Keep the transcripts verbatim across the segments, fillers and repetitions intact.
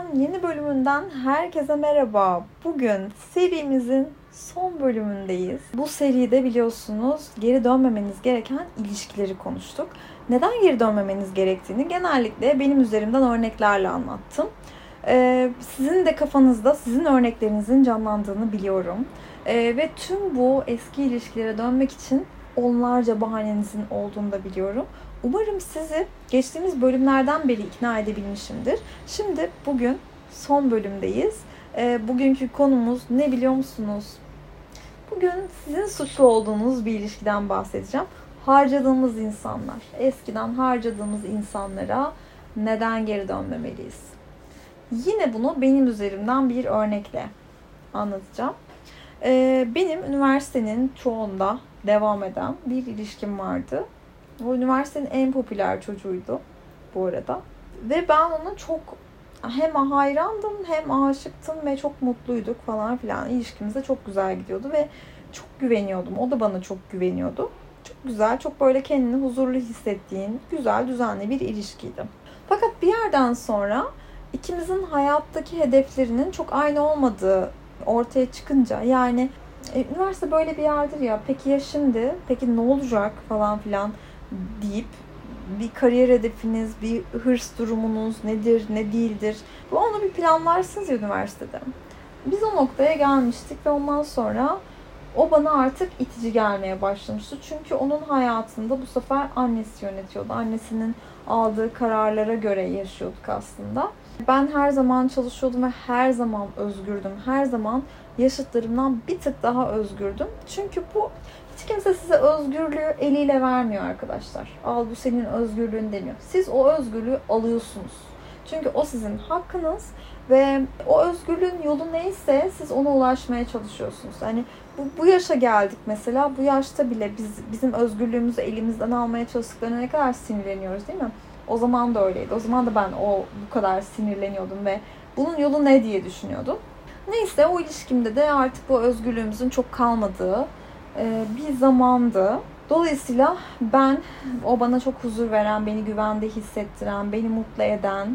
yeni bölümünden herkese merhaba. Bugün serimizin son bölümündeyiz. Bu seride biliyorsunuz geri dönmemeniz gereken ilişkileri konuştuk. Neden geri dönmemeniz gerektiğini genellikle benim üzerimden örneklerle anlattım. Ee, sizin de kafanızda sizin örneklerinizin canlandığını biliyorum. Ee, ve tüm bu eski ilişkilere dönmek için onlarca bahanenizin olduğunu da biliyorum. Umarım sizi geçtiğimiz bölümlerden beri ikna edebilmişimdir. Şimdi bugün son bölümdeyiz. E, bugünkü konumuz ne biliyor musunuz? Bugün sizin suçlu olduğunuz bir ilişkiden bahsedeceğim. Harcadığımız insanlar, eskiden harcadığımız insanlara neden geri dönmemeliyiz? Yine bunu benim üzerimden bir örnekle anlatacağım. E, benim üniversitenin çoğunda devam eden bir ilişkim vardı. O üniversitenin en popüler çocuğuydu bu arada. Ve ben ona çok hem hayrandım hem aşıktım ve çok mutluyduk falan filan. İlişkimiz de çok güzel gidiyordu ve çok güveniyordum. O da bana çok güveniyordu. Çok güzel, çok böyle kendini huzurlu hissettiğin, güzel, düzenli bir ilişkiydi. Fakat bir yerden sonra ikimizin hayattaki hedeflerinin çok aynı olmadığı ortaya çıkınca, yani e, üniversite böyle bir yerdir ya, peki ya şimdi, peki ne olacak falan filan deyip bir kariyer hedefiniz, bir hırs durumunuz nedir, ne değildir. Bu onu bir planlarsınız ya üniversitede. Biz o noktaya gelmiştik ve ondan sonra o bana artık itici gelmeye başlamıştı. Çünkü onun hayatında bu sefer annesi yönetiyordu. Annesinin aldığı kararlara göre yaşıyorduk aslında. Ben her zaman çalışıyordum ve her zaman özgürdüm. Her zaman yaşıtlarımdan bir tık daha özgürdüm. Çünkü bu hiç kimse size özgürlüğü eliyle vermiyor arkadaşlar. Al bu senin özgürlüğün demiyor. Siz o özgürlüğü alıyorsunuz. Çünkü o sizin hakkınız ve o özgürlüğün yolu neyse siz ona ulaşmaya çalışıyorsunuz. Yani bu, bu yaşa geldik mesela. Bu yaşta bile biz bizim özgürlüğümüzü elimizden almaya çalıştıklarına ne kadar sinirleniyoruz değil mi? O zaman da öyleydi. O zaman da ben o bu kadar sinirleniyordum ve bunun yolu ne diye düşünüyordum. Neyse o ilişkimde de artık bu özgürlüğümüzün çok kalmadığı bir zamandı. Dolayısıyla ben, o bana çok huzur veren, beni güvende hissettiren, beni mutlu eden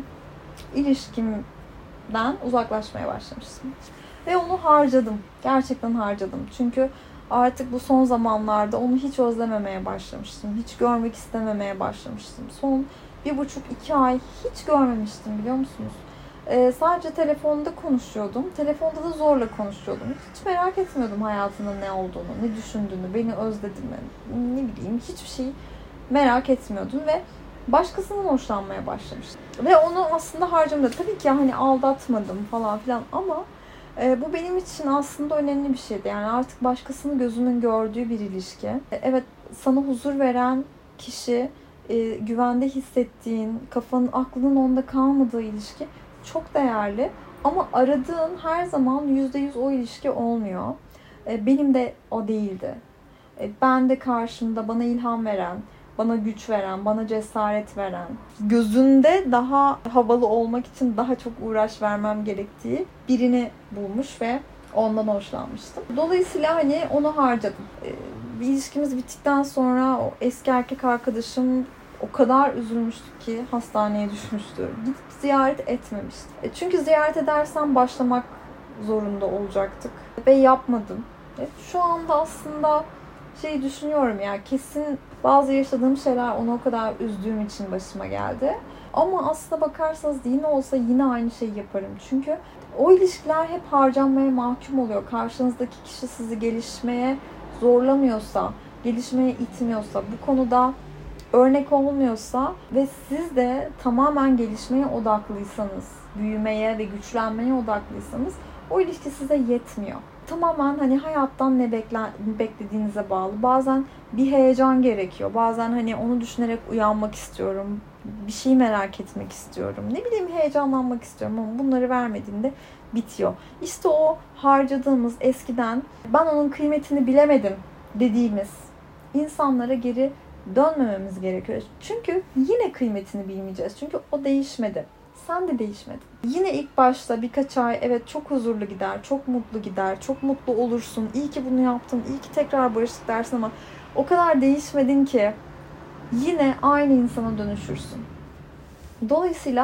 ilişkimden uzaklaşmaya başlamıştım. Ve onu harcadım. Gerçekten harcadım. Çünkü artık bu son zamanlarda onu hiç özlememeye başlamıştım. Hiç görmek istememeye başlamıştım. Son bir buçuk iki ay hiç görmemiştim, biliyor musunuz? Ee, sadece telefonda konuşuyordum. Telefonda da zorla konuşuyordum. Hiç merak etmiyordum hayatının ne olduğunu, ne düşündüğünü, beni özledi mi, ne bileyim, hiçbir şey merak etmiyordum ve başkasından hoşlanmaya başlamıştım. Ve onu aslında harcamadım. Tabii ki hani aldatmadım falan filan ama e, bu benim için aslında önemli bir şeydi. Yani artık başkasının gözünün gördüğü bir ilişki. E, evet, sana huzur veren kişi, e, güvende hissettiğin, kafanın, aklının onda kalmadığı ilişki çok değerli ama aradığın her zaman yüzde yüz o ilişki olmuyor. Benim de o değildi. Ben de karşımda bana ilham veren, bana güç veren, bana cesaret veren, gözünde daha havalı olmak için daha çok uğraş vermem gerektiği birini bulmuş ve ondan hoşlanmıştım. Dolayısıyla hani onu harcadım. Bir ilişkimiz bittikten sonra o eski erkek arkadaşım o kadar üzülmüştü ki hastaneye düşmüştü. Gidip ziyaret etmemişti. E çünkü ziyaret edersem başlamak zorunda olacaktık. Ve yapmadım. E şu anda aslında şey düşünüyorum ya, kesin bazı yaşadığım şeyler onu o kadar üzdüğüm için başıma geldi. Ama aslına bakarsanız yine olsa yine aynı şeyi yaparım. Çünkü o ilişkiler hep harcanmaya mahkum oluyor. Karşınızdaki kişi sizi gelişmeye zorlamıyorsa, gelişmeye itmiyorsa, bu konuda örnek olmuyorsa ve siz de tamamen gelişmeye odaklıysanız, büyümeye ve güçlenmeye odaklıysanız o ilişki size yetmiyor. Tamamen hani hayattan ne bekle, beklediğinize bağlı. Bazen bir heyecan gerekiyor. Bazen hani onu düşünerek uyanmak istiyorum. Bir şey merak etmek istiyorum. Ne bileyim, heyecanlanmak istiyorum ama bunları vermediğinde bitiyor. İşte o harcadığımız, eskiden ben onun kıymetini bilemedim dediğimiz insanlara geri dönmememiz gerekiyor. Çünkü yine kıymetini bilmeyeceğiz. Çünkü o değişmedi. Sen de değişmedin. Yine ilk başta birkaç ay evet çok huzurlu gider, çok mutlu gider, çok mutlu olursun. İyi ki bunu yaptım, iyi ki tekrar barıştık dersin ama o kadar değişmedin ki yine aynı insana dönüşürsün. Dolayısıyla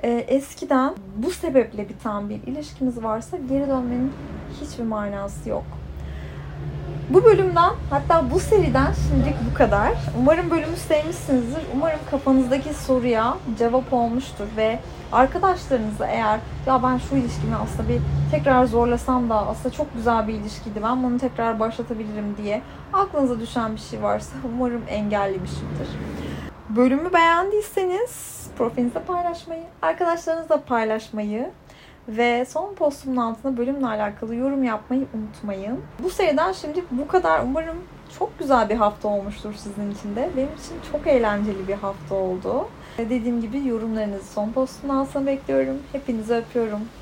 e, eskiden bu sebeple biten bir ilişkiniz varsa geri dönmenin hiçbir manası yok. Bu bölümden, hatta bu seriden şimdilik bu kadar. Umarım bölümü sevmişsinizdir. Umarım kafanızdaki soruya cevap olmuştur ve arkadaşlarınıza eğer ya ben şu ilişkimi aslında bir tekrar zorlasam da aslında çok güzel bir ilişkiydi, ben bunu tekrar başlatabilirim diye aklınıza düşen bir şey varsa umarım engellemişimdir. Bölümü beğendiyseniz profilinizde paylaşmayı, arkadaşlarınızla paylaşmayı ve son postumun altına bölümle alakalı yorum yapmayı unutmayın. Bu seriden şimdi bu kadar. Umarım çok güzel bir hafta olmuştur sizin için de. Benim için çok eğlenceli bir hafta oldu. Dediğim gibi yorumlarınızı son postumun altına bekliyorum. Hepinizi öpüyorum.